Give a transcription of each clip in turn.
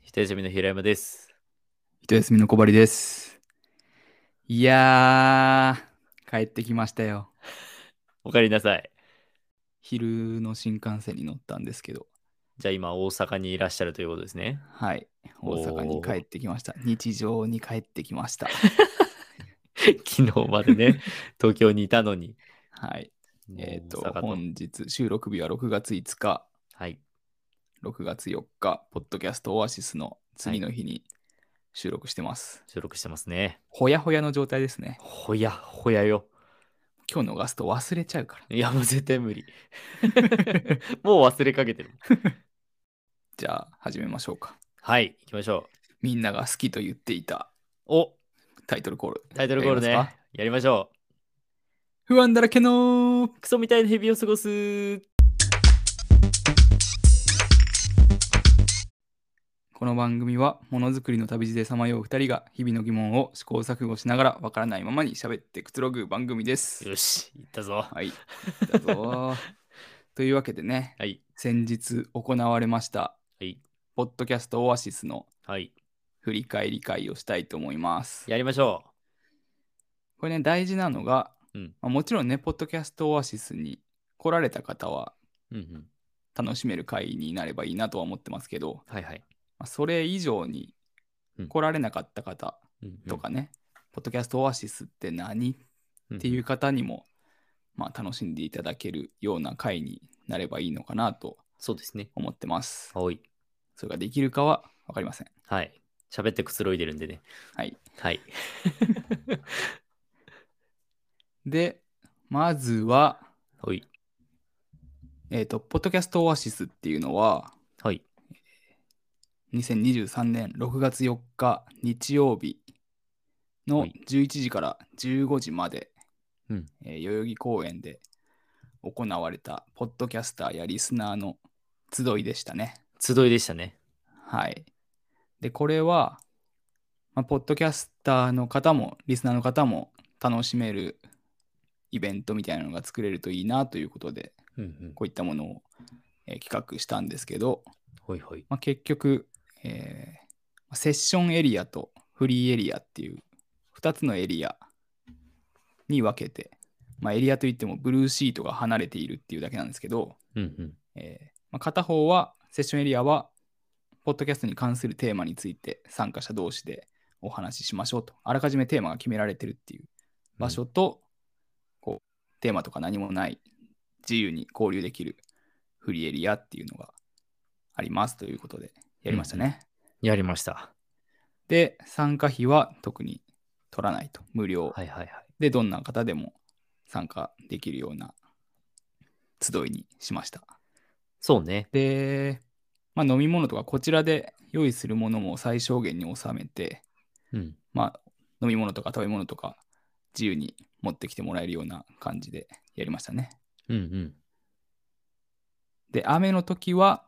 一休みの平山です。 一休みの小針です。いや帰ってきましたよ。 おかえりなさい。 昼の新幹線に乗ったんですけど、 じゃあ今大阪にいらっしゃるということですね。 はい、大阪に帰おー。 ってきました。日常に帰ってきました。 昨日までね、東京にいたのに。 はい。 もう大阪と。 本日、収録日は6月5日、 はい。 6月4日、ポッドキャストオアシスのはい。 次の日に収録してます。 収録してますね。 ほやほやの状態ですね。 ほやほやよ。 今日逃すと忘れちゃうかいや、もう絶対無理。 ら。 もう忘れかけてる。 じゃあ、始めましょうか。 はい、行きましょみんなが好きと言っていたう。お、 タイトルコール、 タイトルやコールね。 りますか？ やりましょ不安だらけのう。クソみたいな日々を過ごす。 この番組はものづくりの旅路でさまよう2人が日々の疑問を試行錯誤しながらわからないままに喋ってくつろぐ番組です。 よし、行ったぞ。 はい、いったぞー。というわけでね、 はい。 先日行われましたはい。 ポッドキャストオアシスのはい。 振り返り会をしたいと思います。 やりましょこれね、大事なのが、 う。うん。 もちろんね、ポッドキャストオアシスに来られた方はうんうん。 楽しめる会になればいいなとは思ってますけど、 はいはい。 それ以上にうん。 来られなかった方うんうん。 とかね、ポッドキャストオアシスって何っうんうん。 ていう方にも、楽しんでいただけるような回になればいいのかなとそうですね。 思ってます。 はい。 それができるかは分かりません。 はい。喋ってくつろいでるんでね。 はい。 はい。 で、まずは、 はい。 ポッドキャストオアシスっていうのは、 はい。 2023年6月4日日曜日のはい。 11時から15時まで、 うん。 代々木公園で行われたポッドキャスターやリスナーの集いでしたね。 集いでしたね。 はい。で、これは、ポッドキャスターの方もリスナーの方も楽しめるイベントみたいなのが作れるといいなということで、 うんうん。 こういったものを、企画したんですけど、 ほいほい。 結局、セッションエリアとフリーエリアっていう2つのエリアに分けて、エリアといってもブルーシートが離れているっていうだけなんですけど、 うんうん。 片方は、セッションエリアは、ポッドキャストに関するテーマについて参加者同士でお話ししましょうと。あらかじめテーマが決められてるっていう場所と、こう、テーマとか何もない自由に交流できるフリーエリアっていうのがありますということでやりましたうんうん。 ね。 やりました。 で、参加費は特に取らないと。無料はいはいはい。 でどんな方でも参加できるような集いにしました。 そうね。 で、飲み物とかこちらで用意するものも最小限に収めて、 うん。 飲み物とか食べ物とか自由に持ってきてもらえるような感じでやりましたね。 うんうん。 で、雨の時は、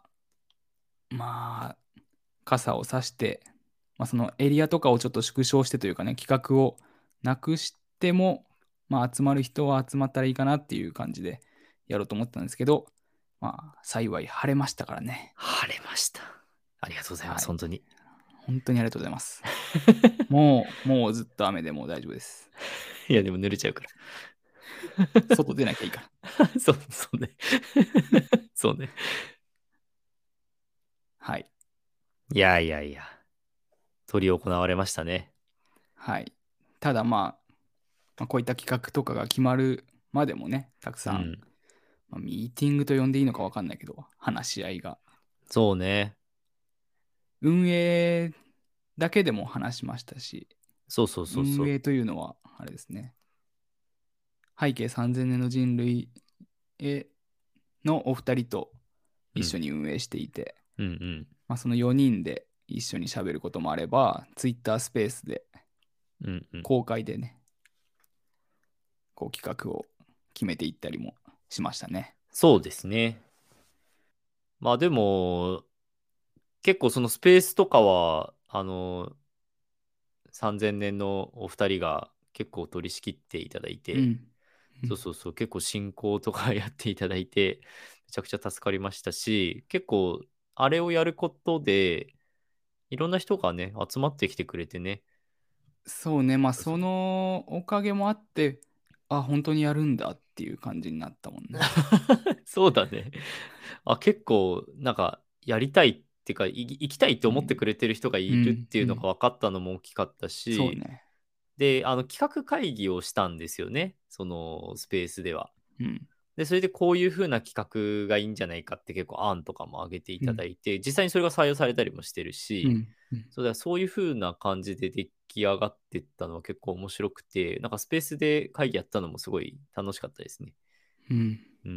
傘をさして、そのエリアとかをちょっと縮小してというかね、企画をなくしても、集まる人は集まったらいいかなっていう感じでやろうと思ったんですけど、幸い晴れましたからね。 晴れました。ありがとうございます。 はい。 本当に。 本当にありがとうございます。もうずっと雨でも大丈夫です。 いや、でも濡れちゃうから。 外出なきゃいいから。 そうね。そうね。 はい。 いやいやいや。取り行われましたね。 はい。ただこういった企画とかが決まるまでもね、たくさん、 うん。 ミーティングと呼んでいいのか分かんないけど、話し合いが。 そうね。 運営だけでも話しましたし、 そうそうそうそう。 運営というのは、あれですね、背景3000年の人類へのお二人と一緒うん。 に運営していて、 うんうん。 その4人で一緒に喋ることもあれば、Twitter スペースでうんうん。 公開でね、こう企画を決めていったりもしましたね。 そうですね。まあでも、結構そのスペースとかは、3000年のお二人が結構取り仕切っていただいて、 うん。 そうそうそう、結構進行とかやっていただいて、めちゃくちゃ助かりましたし、結構、あれをやることで、 いろんな人がね、集まってきてくれてね。 そうね、まあそのおかげもあって、あ、本当にやるんだっていう感じになったもんね。 そうだね。あ、結構、なんか、やりたいっていうか、行きたいって思ってうん。 くれてる人がういるっん。うん。 ていうのが分かったのも大きかったし、 そうね。 で、企画会議をしたんですよね、そのスペースでは。 うん。 で、それでこういう風な企画がいいんじゃないかって結構案とかも挙げていうん。 ただいて、実際にそれが採用されたりもしてるし、 うん。うん。 そういう風な感じで出来上がってったのは結構面白くて、なんかスペースで会議やったのもすごい楽しかったですね。 うん。 うん。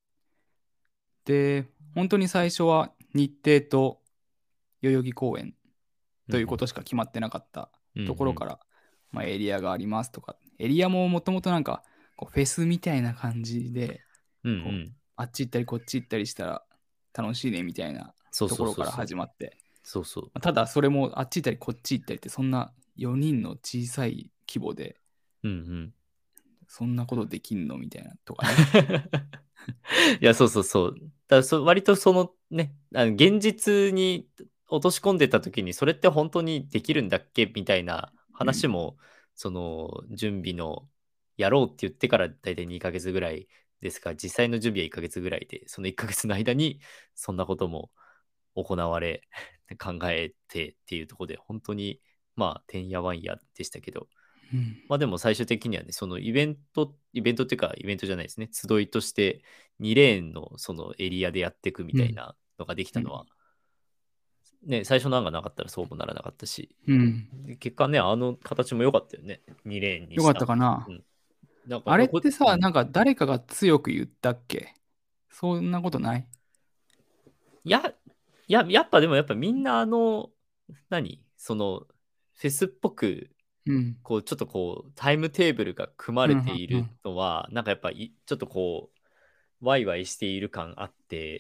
で、本当に最初は日程と代々木公園うんうん。 ということしか決まってなかったうんうん。 ところから、まあ、エリアがありますとか、エリアももともとなんかこうフェスみたいな感じで、 うんうこうん。 あっち行ったりこっち行ったりしたら楽しいねみたいなそうところからそうそうそう。 始まって、 そうそう。 ただそれもあっち行ったりこっち行ったりってそんな4人の小さい規模でうんうん。 そんなことできんのみたいなとかね。 いや、そうそうそう。だから割とそのね、現実に落とし込んでた時に、それって本当にできるんだっけみたいなうん。 話も、その準備のやろうって言ってからだいたい2ヶ月ぐらいですが、実際の準備は1ヶ月ぐらいで、その1ヶ月の間にそんなことも行われ、考えてっていうところで、本当に、まあ、てんやわんやでしたけど、 うん。 まあでも最終的にはね、そのイベントっていうか、イベントじゃないですね、集いとして2レーンのそのエリアでやっていくみうん。 たいなのができうん。 たのは、ね、最初の案がなかったらそうもならなかったし、 うん。 で結果ね、あの形も良かったよね。2レーンによかっしたたかな。 うん。なんか、 あれってさ、 うん。 なんか誰かが強く言ったっけ？そんなことない？ いや、やっぱでもやっぱみんなその、フェスっぽく、 うん。 こう、ちょっとこう、タイムテーブルが組まうん。 れているうん。 のは、なんかやっぱちょっとこう、ワイワイしている感あって、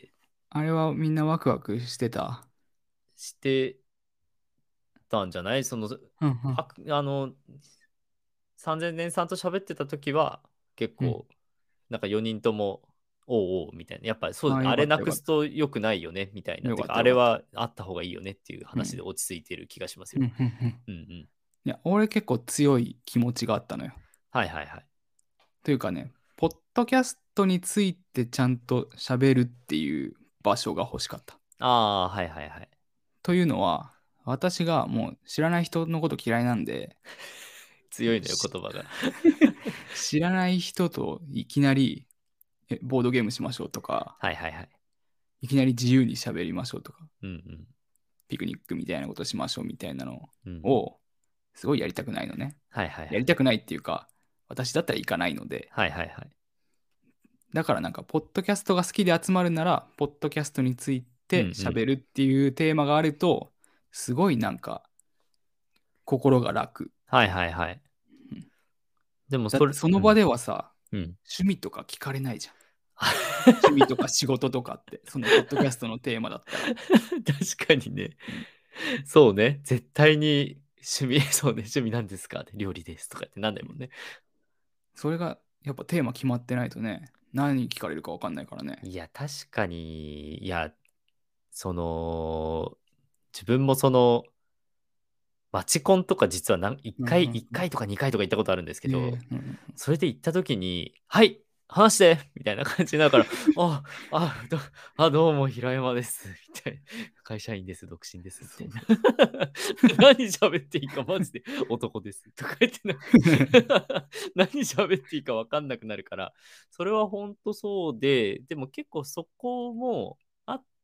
あれはみんなワクワクしてた。 してたんじゃないその、 うん。うん。 あの、3000年さんと喋ってた時は、結うん。 構、なんか4人とも、おうおうみたいな。やっぱりそう、 ああ、よあれかったよかっなくすと良くないよねみたいた。 な。 よてか、 かったよかった。 あれはあった方がいいよねっていううん。 話で落ち着いてる気がしますよ。 うん。うん。うん。 うんうん。 いや、俺結構強い気持ちがあったのよ。 はいはいはい。 というかね、ポッドキャストについてちゃんと喋るっていう場所が欲しかった。 ああ、はいはいはい。 というのは、私がもう知らない人のこと嫌いなんで、 強いのよ、 し言葉が。 知らない人といきなりボードゲームしましょうとか、 はいはいはい。 いきなり自由に喋りましょうとか、 うんうん。 ピクニックみたいなことしましょうみたいなのうん。 をすごいやりたくないのね。 はいはいはい。 やりたくないっていうか、私だったら行かないので、 はいはいはい。 だからなんか、ポッドキャストが好きで集まるなら、ポッドキャストについてうんうん。 喋るっていうテーマがあると、すごいなんか、心が楽。 はいはいはい。 うん。 でもだってその場うん。 ではさ、 うん。 趣味とか聞かれないじゃん。趣味とか仕事とかって、そのポッドキャストのテーマだったら。 確かにね。 うん。 そうね。絶対にそうね、趣味なんですかって料理ですとかってなんないうん。 もんね。 それが、やっぱテーマ決まってないとね、何聞かれるか分かんないからね。 いや、確かに、いや、その、自分もその、マチコンとか実はうん。 1 うん。 回とか2回とか行ったことあるんですけど、 うん。うん。 それで行った時に、はい、話してみたいな感じだから、あ、あ、どうも平山です。みたいな。会社員です、独身です。みたいな。 そうそうそ何喋っていいかマジで男です。とか言って何喋っていいか分かんなくなるから、それは本当そうで、でも結構そこもあって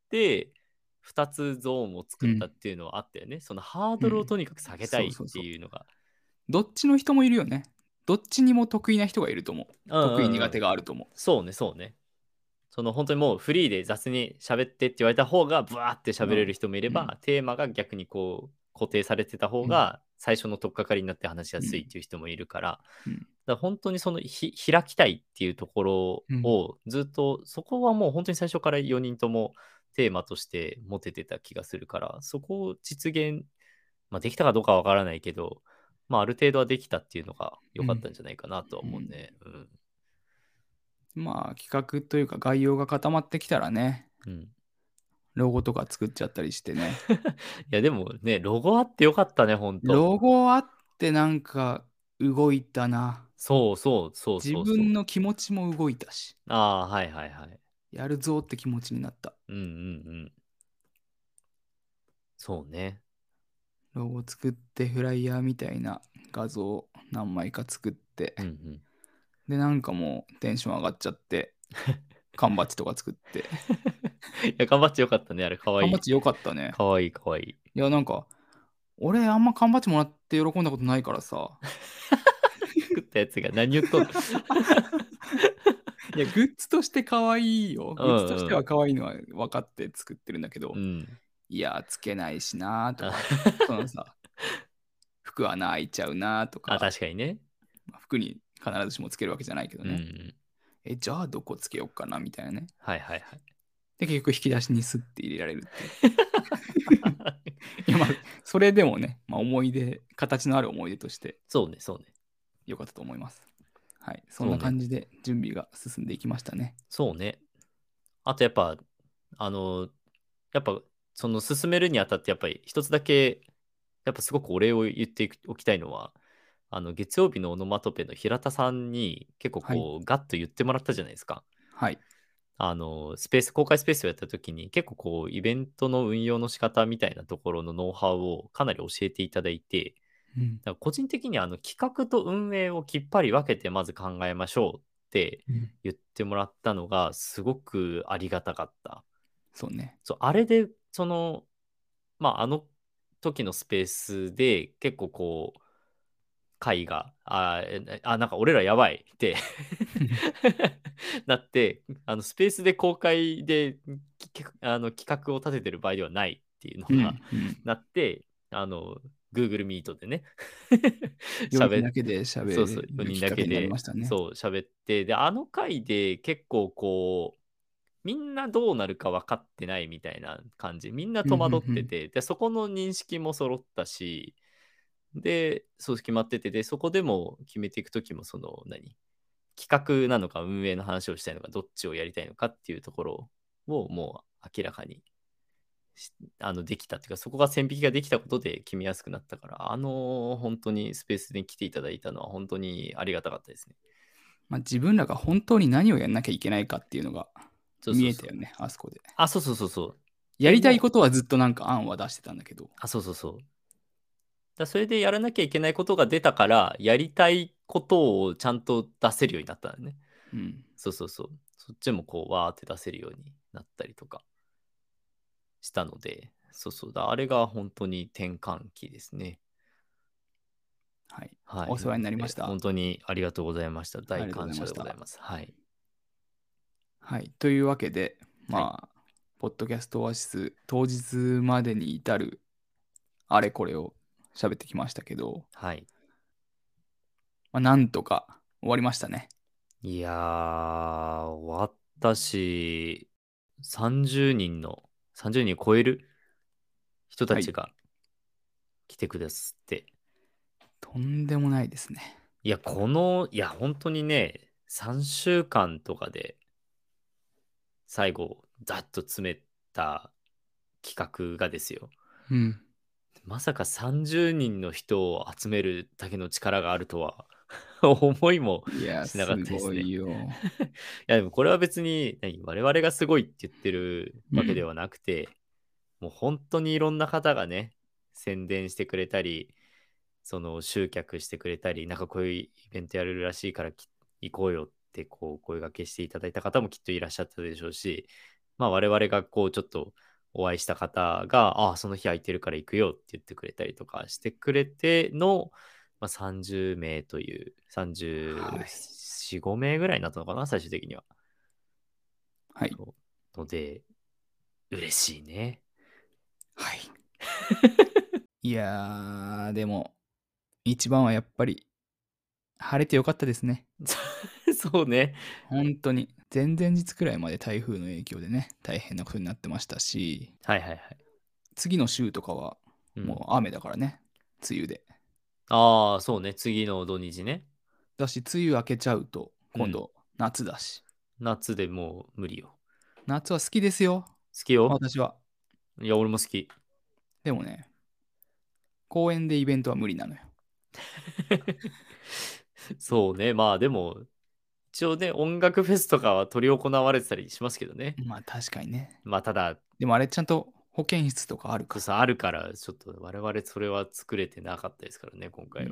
、2つゾーンを作う。うん。 ったっていうのはあったよね。そのハードルをうん。 とにかく下げたいってそうそうそう。 いうのが。 どっちの人もいるよね。どっちにも得意な人がいると思う。 うん得意苦うんうん。 手があると思そうね、そうね。その本当にもうフリーで雑に喋ってって言われた方がブワーってう。うん。 喋れる人もいれうん。 ば、テーマが逆にこう固定されてた方うん。 が最初の取っかかりになって話しやうん。 すいっていう人もいるから、だかうん。 ら本当にその開きたいっていうところうん。 をずっと、そこはもう本当に最初から4人ともテーマとして持ててた気がするから、そこを実現、まあ、できたかどうかはわからないけど、まあ、ある程度はできたっていうのが良かったんじゃないかなとはうん。 思うね。うん。 まあ、企画というか概要が固まってきたらね、 うん。 ロゴとか作っちゃったりしてね。 いや、でもね、ロゴあってよかったね、ほんと。 ロゴあってなんか動いたな。 そうそうそう自そうそう。 分の気持ちも動いたし、 ああ、はいはいはい。 やるぞって気持ちになった。 うんうんうん。そうね。 ロゴ作ってフライヤーみたいな画像何枚か作って、 うんうん。 でなんかもうテンション上がっちゃって、缶バッジとか作って。 いや、頑張ってよかったね、あれ、かわいい。 缶バッジ良かったね。 かわいい、かわいい。 いやなんか、俺あんま缶バッジもらって喜んだことないからさ。 作ったやつが何言っとんの。 いや、グッズとして可愛いよ。 うグッズとしてはん可愛いのは分かって作ってるんだけど、 うん。うん。 いや、つけないしなーとあ、 か、そのさ、服穴開いちゃうなーとあ、 か、 確かにね。 服に必ずしもつけるわけじゃないけどね。 うんうん。 じゃあどこつけようかなみたいなね。 はいはいはい。 で、結局引き出しにスッて入れられるっていう。いや、まあ、それでもね、まあ、思い出、形のある思い出としてそうね、そうね。 良かったと思います。はい。そんそうね。 な感じで準備が進んでいきましたね。 そうね。あとやっぱ、やっぱ、その進めるにあたって、やっぱり一つだけ、やっぱすごくお礼を言っておきたいのは、月曜日のオノマトペの平田さんに結構はい。 こう、ガッと言ってもらったじゃないですか。 はい。 公開スペースをやった時に、結構こう、イベントの運用の仕方みたいなところのノウハウをかなり教えていただいて、 うん。 だから個人的には企画と運営をきっぱり分けてまず考えましょうってうん。 言ってもらったのがすごくありがたかった。 そうね。 そう、あれで、あの時のスペースで結構こう、会が、なんか俺らやばいってなって、スペースで公開で企画を立ててる場合ではないっていうのうん。 がうん。 なって、Google Meet でね 4人喋っだけでそうそう、 喋る 4人きっかけになりだけで、 ましたね。 そう、喋って、で、あの回で結構こう、みんなどうなるか分かってないみたいな感じ。みんなうん。うん。 戸惑っうん。 てて、で、そこの認識も揃ったし、で、そう決まってて、で、そこでも決めていくときも、企画なのか運営の話をしたいのか、どっちをやりたいのかっていうところをもう明らかにできたっていうか、そこが線引きができたことで決めやすくなったから、本当にスペースに来ていただいたのは本当にありがたかったですね。 まあ、自分らが本当に何をやんなきゃいけないかっていうのがそうそうそう。 見えたよね、あそこで。 あ、そうそうそうそう。 やりたいでも、 ことはずっとなんか案は出してたんだけど。 あ、そうそうそう。それでやらなきゃいけないことが出たから、やりたいことをちゃんと出せるようになったんだね。 うん。 そうそうそう。そっちもこう、わーって出せるようになったりとかしたので、そうそうだ。あれが本当に転換期ですね。 はい。 はい。 お世話になりまで、 した。 本当にありがとうございました。 ありがとうござ大感謝いました。 でございます。はい。 はい。というわけで、 はい。 まあ、ポッドキャストオアシス当日までに至るあれこれを喋ってきましたけど、 はい。 まあ、なんとか終わりましたね。 いやー、終わったし、30人30人超える人たはい。 ちが来てくださって。 とんでもないですね。 いや、本当にね、3週間とかで最後、ざっと詰めた企画がですよ。 うん。 まさか30人の人を集めるだけの力があるとは思いもいや、 しなかっすごたですね。 いよ。 いや、でもこれは別に我々がすごいって言ってるうん。 わけではなくて、もう本当にいろんな方がね、宣伝してくれたり、その集客してくれたり、なんかこういうイベントやるらしいから行こうよってこう声掛けしていただいた方もきっといらっしゃったでしょうし、まあ我々がこうちょっとお会いした方が、ああ、その日空いてるから行くよって言ってくれたりとかしてくれての、まあ、30名という、 はい。 34、5名ぐらいになったのかな、最終的には。 はい。 ので、嬉しいね。 はい。いやー、でも、一番はやっぱり、晴れてよかったですね。 そうね。 本当に。前々日くらいまで台風の影響でね、大変なことになってましたし、 はいはいはい。 次の週とかは、 うん。 もう雨だからね、梅雨で。 ああ、そうね。次の土日ね。 だし、梅雨明けちゃうと、 うん。 今度、夏だし。 夏でもう無理よ。 夏は好きですよ、 好きよ。 私は。 いや、俺も好き。 でもね、公園でイベントは無理なのよ。 そうね。まあでも、一応ね、音楽フェスとかは執り行われてたりしますけどね。 まあ確かにね。 まあただ、 でもあれちゃんと保健室とかあるかそうそうあるから、ちょっと我々それは作れてなかったですからね、今ら。 回は。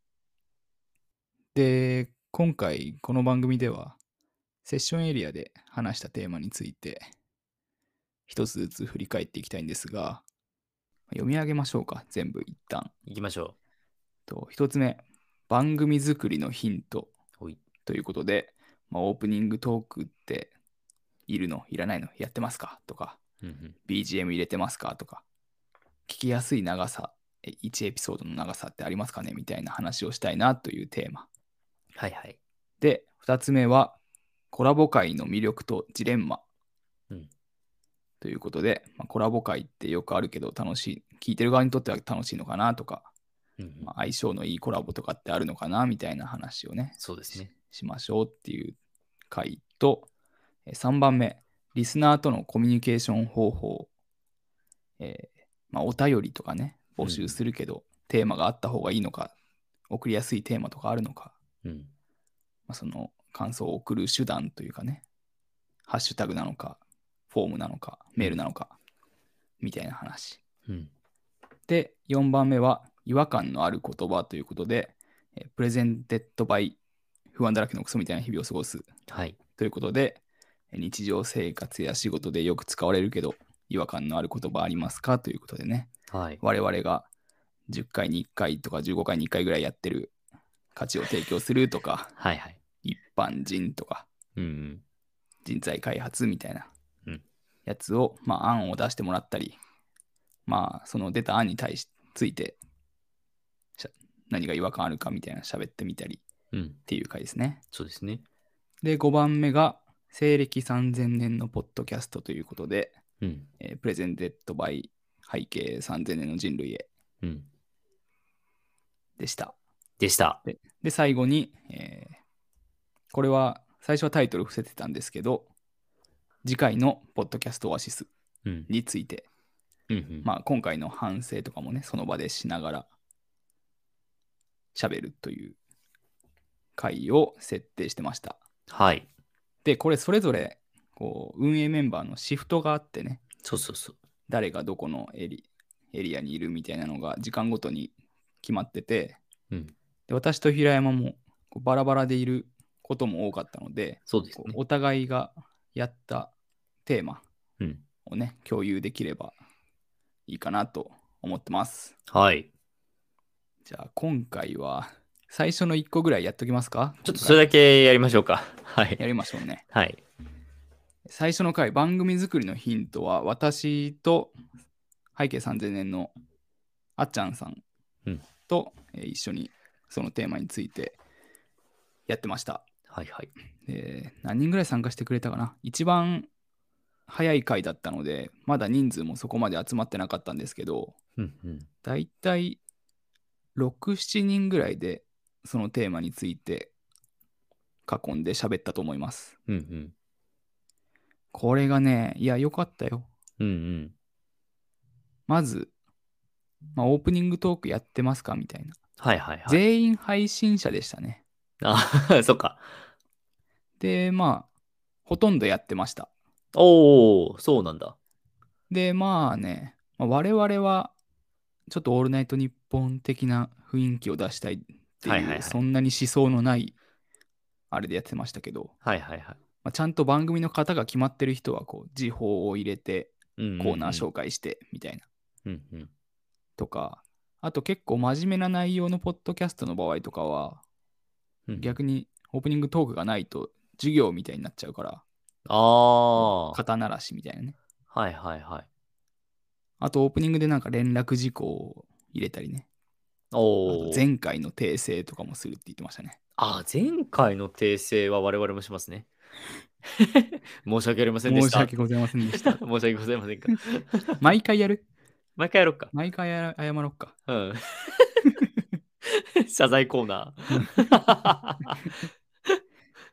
で、今回この番組ではセッションエリアで話したテーマについて一つずつ振り返っていきたいんですが、読み上げましょうか、全部一旦。 行きましょ一つ目、番組作りのヒントう。ほい。 ということで、オープニングトークっているのいらないのやってますかとか、 うんうん。 BGM 入れてますかとか、聞きやすい長さ、1エピソードの長さってありますかねみたいな話をしたいなというテーマ。 はいはい。 で、2つ目は、コラボ会の魅力とジレンマうん。 ということで、コラボ会ってよくあるけど楽しい、聞いてる側にとっては楽しいのかなとか、 うんうん。 相性のいいコラボとかってあるのかなみたいな話をね、 そうですね。 しましょうっていう回と、3番目、リスナーとのコミュニケーション方法。お便りとかね、募集するけど、テーマがあった方がいいのか、送りやすいテーマとかあるのか、 うん。 その感想を送る手段というかね、ハッシュタグなのか、フォームなのか、メールなのか、みたいな話。 うん。 で、4番目は、違和感のある言葉ということで、プレゼンテッドバイ不安だらけのクソみたいな日々を過ごすはい。 ということで、日常生活や仕事でよく使われるけど、違和感のある言葉ありますかということでね、 はい。 我々が10回に1回とか15回に1回ぐらいやってる価値を提供するとか、 はいはい。 一般人とかうんうん。 人材開発みたいなうんやつを、案を出してもらったり、その出た案について何が違和感あるかみたいな喋ってみたりうん。 っていう回ですね。 そうですね。 で、5番目が西暦3000年のポッドキャストということで、 うん。 プレゼンテッドバイ背景3000年の人類へうん。 でした。 でした。 で最後に、これは最初はタイトル伏せてたんですけど、次回のポッドキャストオアシスうん。 について、 うんうん。 今回の反省とかもね、その場でしながら喋るという回を設定してました。 はい。 で、これそれぞれこう運営メンバーのシフトがあってね、 そうそうそう。 誰がどこのエリアにいるみたいなのが時間ごとに決まってて、 うん。 で私と平山もこうバラバラでいることも多かったので、 そうですね。 お互いがやったテーマうん。 をね、共有できればいいかなと思ってます。 はい。 じゃあ今回は最初の1個ぐらいやっときますか。 ちょっとそれだけやりましょうか。はやい。 りましょうね。 はい。 最初の回、番組作りのヒントは私と背景3000年のあっちゃんさんうん。 と、一緒にそのテーマについてやってました。 はいはい。 何人ぐらい参加してくれたかな。一番早い回だったので、まだ人数もそこまで集まってなかったんですけど、 うんうん。 だいたい6、7人ぐらいでそのテーマについて囲んで喋ったと思います。 うんうん。 これがね、いや、良かったよ。 うんうん。 まず、オープニングトークやってますかみたいな。 はいはいはい。 全員配信者でしたね。 あ、そっか。 で、ほとんどやってました。 おー、そうなんだ。 で、我々は、ちょっとオールナイトニッポン的な雰囲気を出したいっていう、 はいはいはい。 そんなに思想のない、あれでやってましたけど、 はいはいはい。 ちゃんと番組の型が決まってる人は、時報を入れて、 うんうんうん。 コーナー紹介して、みたいな。 うんうん。 とか、あと結構真面目な内容のポッドキャストの場合とかは、 うん。 逆にオープニングトークがないと授業みたいになっちゃうから、 ああ。は肩慣らしみたいなね。 いはいはい。 あとオープニングでなんか連絡事項を入れたりね。あとおー。 前回の訂正とかもするって言ってましたね。 あ、前回の訂正は我々もしますね。申し訳ありませんでした。 申し訳ございませんでした。 申し訳ございませんか。 毎回やる毎回やろうか。 毎回謝ろっか。 うん。謝罪コーナうんー。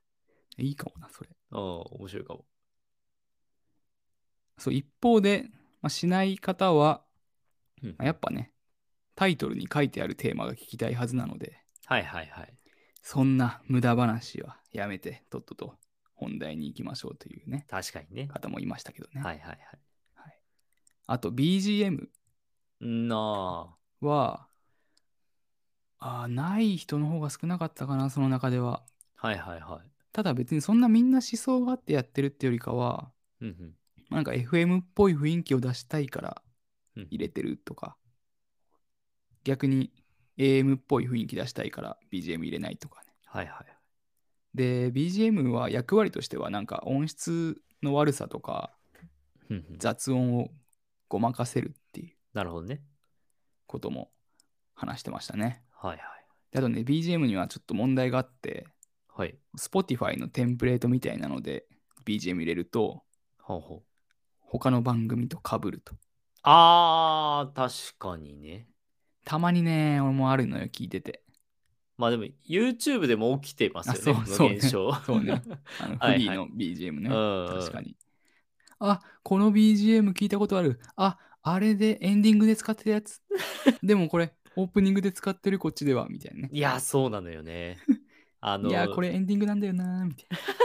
いいかもな、それ。 うん、面白いかも。 そう、一方で、 まあ、しない方は、 うんまあやっぱね、タイトルに書いてあるテーマが聞きたいはずなので、 はいはいはい。 そんな無駄話はやめて、とっとと本題に行きましょうというね、 確かにね。 方もいましたけどね。 はいはいはい。 はい、あと BGM なは、ない人の方が少なかったかな、その中では。 あ。はいはいはい。 ただ別にそんなみんな思想があってやってるってよりかは、 うんうん。 なんか FM っぽい雰囲気を出したいからうん入れてるとか、逆に AM っぽい雰囲気出したいから BGM 入れないとかね。 はいはい。 で、BGM は役割としてはなんか音質の悪さとかうんうん。 雑音をごまかせるっていうなるほどね。 ことも話してましたね。 はいはい。 であとね、BGM にはちょっと問題があって、 はい。 Spotify のテンプレートみたいなので BGM 入れるとほうほう。 他の番組と被ると。 あー、確かにね。 たまにね、俺もあるのよ、聞いてて。 まあでも YouTube でも起きてますよね、このそうね。 現象。 そうね。 はいはい。 フリーの BGM うんね。確うん。 かに。この BGM 聞いたことある。あれでエンディングで使ってたやつ。でもこれ、オープニングで使ってるこっちでは、みたいなね。 いや、そうなのよね。あいや、 の、 これエンディングなんだよな、みたい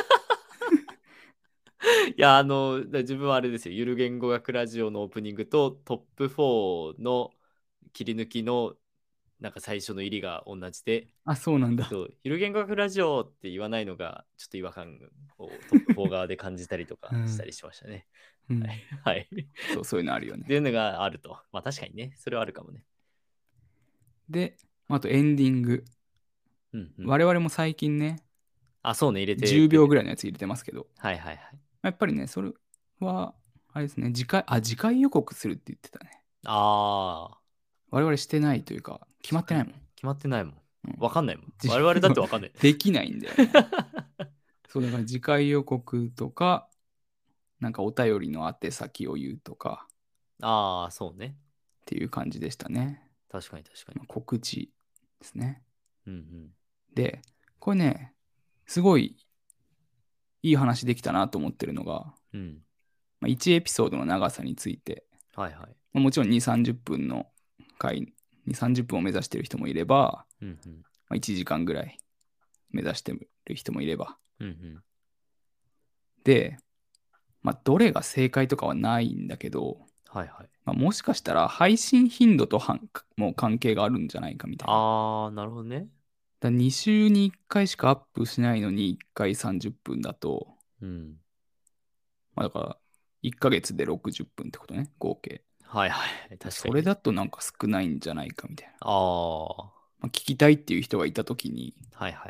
いや、自分はあれですよ、ゆる言語学ラジオのオープニングとトップ4の切り抜きのなんか最初の入りが同じで、 な。そうなんだ。 そう、ゆる言語学ラジオって言わないのがちょっと違和感をトップ4側で感じたりとうん。 かしたりしましたね。はい。 うん。 はい。 そういうのあるよね。 っていうのがあると。まあ確かにね、それはあるかもね。 で、あとエンディング。 うんうん。 我々も最近ね、 あ、そうね、入れて 10 くれてる。 秒ぐらいのやつ入れてますけど、 はいはいはい。 やっぱりね、それは、あれですね、次回予告するって言ってたね。 ああ、 我々してないというか、決まってないもん。 決まってないもん。 うん、 わかんないもん。我々だってわかんない。 できないんだよね。そう、だから次回予告とか、なんかお便りの宛先を言うとかああ、そうね。 っていう感じでしたね。 確かに確かに。 告知ですね。 うんうん。 で、これね、すごいいい話できたなと思ってるのが、 うん。 1エピソードの長さについて、 はいはい。 もちろん2、30分の回、2、30分を目指してる人もいれば、 うんうん。 1時間ぐらい目指してる人もいれば。 うんうん。 で、どれが正解とかはないんだけど、 はいはい。 もしかしたら配信頻度とも関係があるんじゃないかみたいな。 ああ、なるほどね。 2週に1回しかアップしないのに1回30分だと、 うん。 だから1ヶ月で60分ってことね、合計。 はいはい。確かそれにね。 だとなんか少ないんじゃないかみたいな。 ああ、は聞きたいっていう人がいたときに、 いはいはい。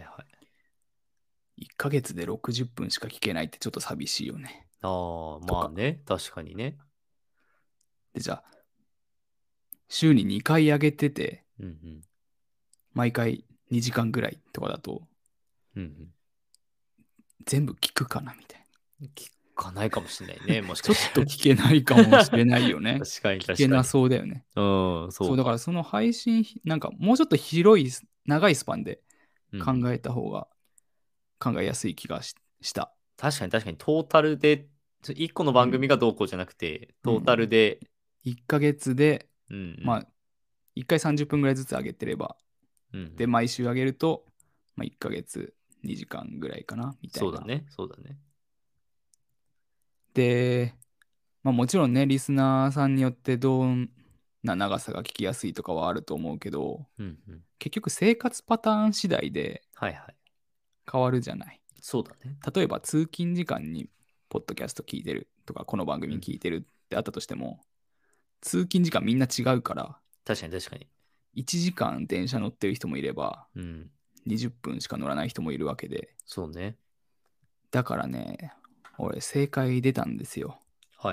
1ヶ月で60分しか聞けないってちょっと寂しいよね。 ああ、 とか。 まあね。確かにね。 で、じゃあ、週に2回上げてて、 うんうん。 毎回2時間ぐらいとかだと、 うん全部聞くかなみたいうん。聞かないかもしれないね。もしな。ちょっとかしたら。 聞けないかもしれないよね。 確かに聞けな確かに。 そうだよね。 うん、そそう、だかうか。 らその配信、なんかもうちょっと広い、長いスパンで考うんうん。 えた方が考えやすい気がした。 確かに確かにトータルで、1個の番組うん。 がどうこうじゃなくて、トータルうん。 で、 1ヶ月で、 うんうん。 まあ、1回30分ぐらいずつ上げてれば、で、 うんうん。 毎週上げると、1ヶ月2時間ぐらいかな、みたいな。 そうだね、そうだね。 で、もちろんね、リスナーさんによってどんな長さが聞きやすいとかはあると思うけど、 うんうん。 結局生活パターン次第ではいはい。 変わるじゃない。 そうだね。 例えば通勤時間にポッドキャスト聞いてるとか、この番組うん。 聞いてるってあったとしても、通勤時間みんな違うから、 確かに確かに。 1時間電車乗ってる人もいれば、 うん。 20分しか乗らない人もいるわけで、 そうね。 だからね、俺正解出たんですよ。 はい。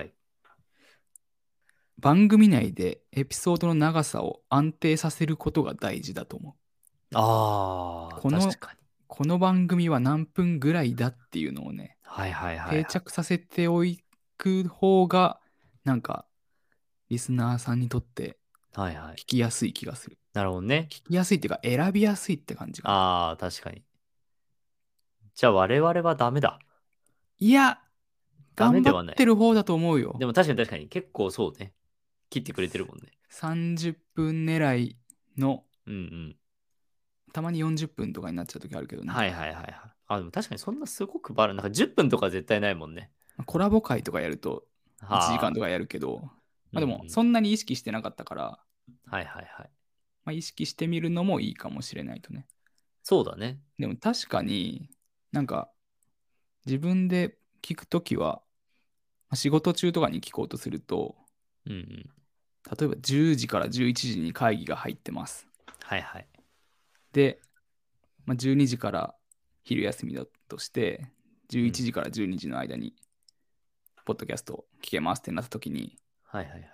番組内でエピソードの長さを安定させることが大事だと思う。 ああ、 この、 確かに。 この番組は何分ぐらいだっていうのをね、 はいはいはいはい。 定着させておく方が、なんか、リスナーさんにとってはいはい。 聞きやすい気がする。 なるほどね。 聞きやすいっていうか、選びやすいって感じかな。 ああ、確かに。じゃあ我々はダメだ。 いや、 ダメではない頑張ってる方だと思うよ。 でも確かに結構そうね。切ってくれてるもんね。 30分狙いの、 うんうん。 たまに40分とかになっちゃう時あるけどね。 はいはいはいはい。あ、でも確かにそんなすごくバラ、なんか10分とか絶対ないもんね。 コラボ会とかやると1時間とはあ。 かやるけど、まあ、でうんうんもそんなに意識してなかったから、 はいはいはい。 まあ、意識してみるのもいいかもしれないとね。 そうだね。 でも確かになんか自分で聞くときは、まあ仕事中とかに聞こうとすると、 うんうん。 例えば10時から11時に会議が入ってます。 はいはい。 で、まあ、12時から昼休みだとして、11時から12時の間に、ポッドキャストを聞けますってなった時に、 はいはいはい。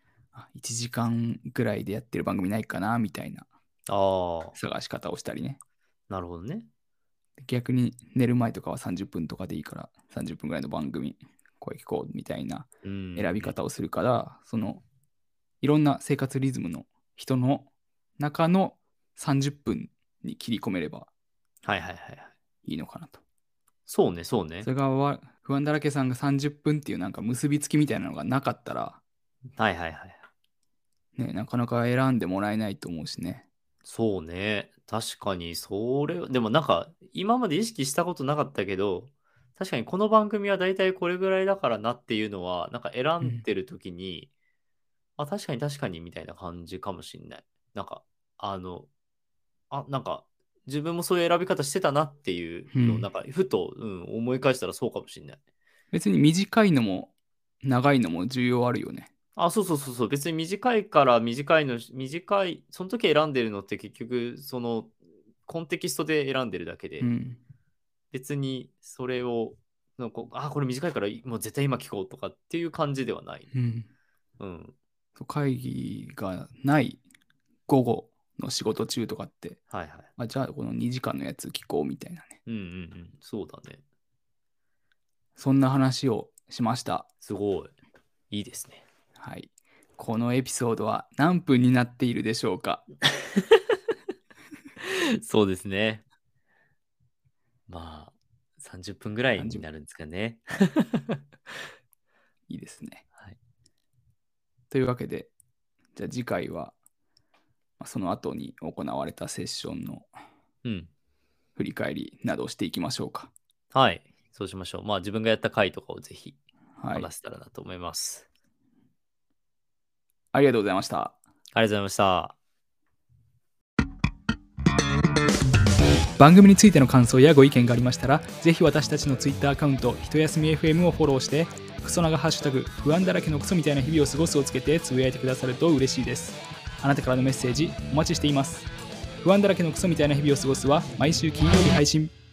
1時間ぐらいでやってる番組ないかなみたいなああ、 探し方をしたりね。 なるほどね。 逆に寝る前とかは30分とかでいいから30分ぐらいの番組これ聞こうみたいなうん。 選び方をするから、そのいろんな生活リズムの人の中の30分に切り込めればはいはいはいはい。 いいのかなと。 そうね、そうねそ。れが不安だらけさんが30分っていうなんか結びつきみたいなのがなかったら、 はいはいはい。 ね、なかなか選んでもらえないと思うしね。 そうね。確かに、それ、でもなんか、今まで意識したことなかったけど、確かにこの番組は大体これぐらいだからなっていうのは、なんか選んでる時に、あ、確かにみたいな感じかもしんない。なんか、なんか、自分もそういう選び方してたなっていうのを、なんか、ふと、思い返したらそうかもしんない。 別に短いのも長いのも重要あるよね。 あ、そうそうそうそう。別に短いから短いの、短い、その時選んでるのって結局、その、コンテキストで選んでるだけで、別にそれを、なんかこれ短いからもう絶対今聞こうとかっていう感じではない。うん。 会議がない午後の仕事中とかって、 はいはい。 じゃあこの2時間のやつ聞こうみたいなね。 うんうんうん。そうだね。 そんな話をしました。 すごい。いいですね。 はい。このエピソードは何分になっているでしょうか？ そうですね。まあ、30分ぐらいに 30 なるんですかね。 いいですね。 はい。 というわけで、じゃあ次回は、その後に行われたセッションのうん。 振り返りなどをしていきましょうか。 はい。そうしましょう。まあ自分がやった回とかをぜひはい。 話せたらなと思います。 ありがとうございました。 ありがとうございました。 番組についての感想やご意見がありましたら、ぜひ私たちのツイッターアカウント、ひとやすみ FM をフォローして、クソナガハッシュタグ、不安だらけのクソみたいな日々を過ごすをつけてつぶやいてくださると嬉しいです。あなたからのメッセージお待ちしています。不安だらけのクソみたいな日々を過ごすは毎週金曜日配信。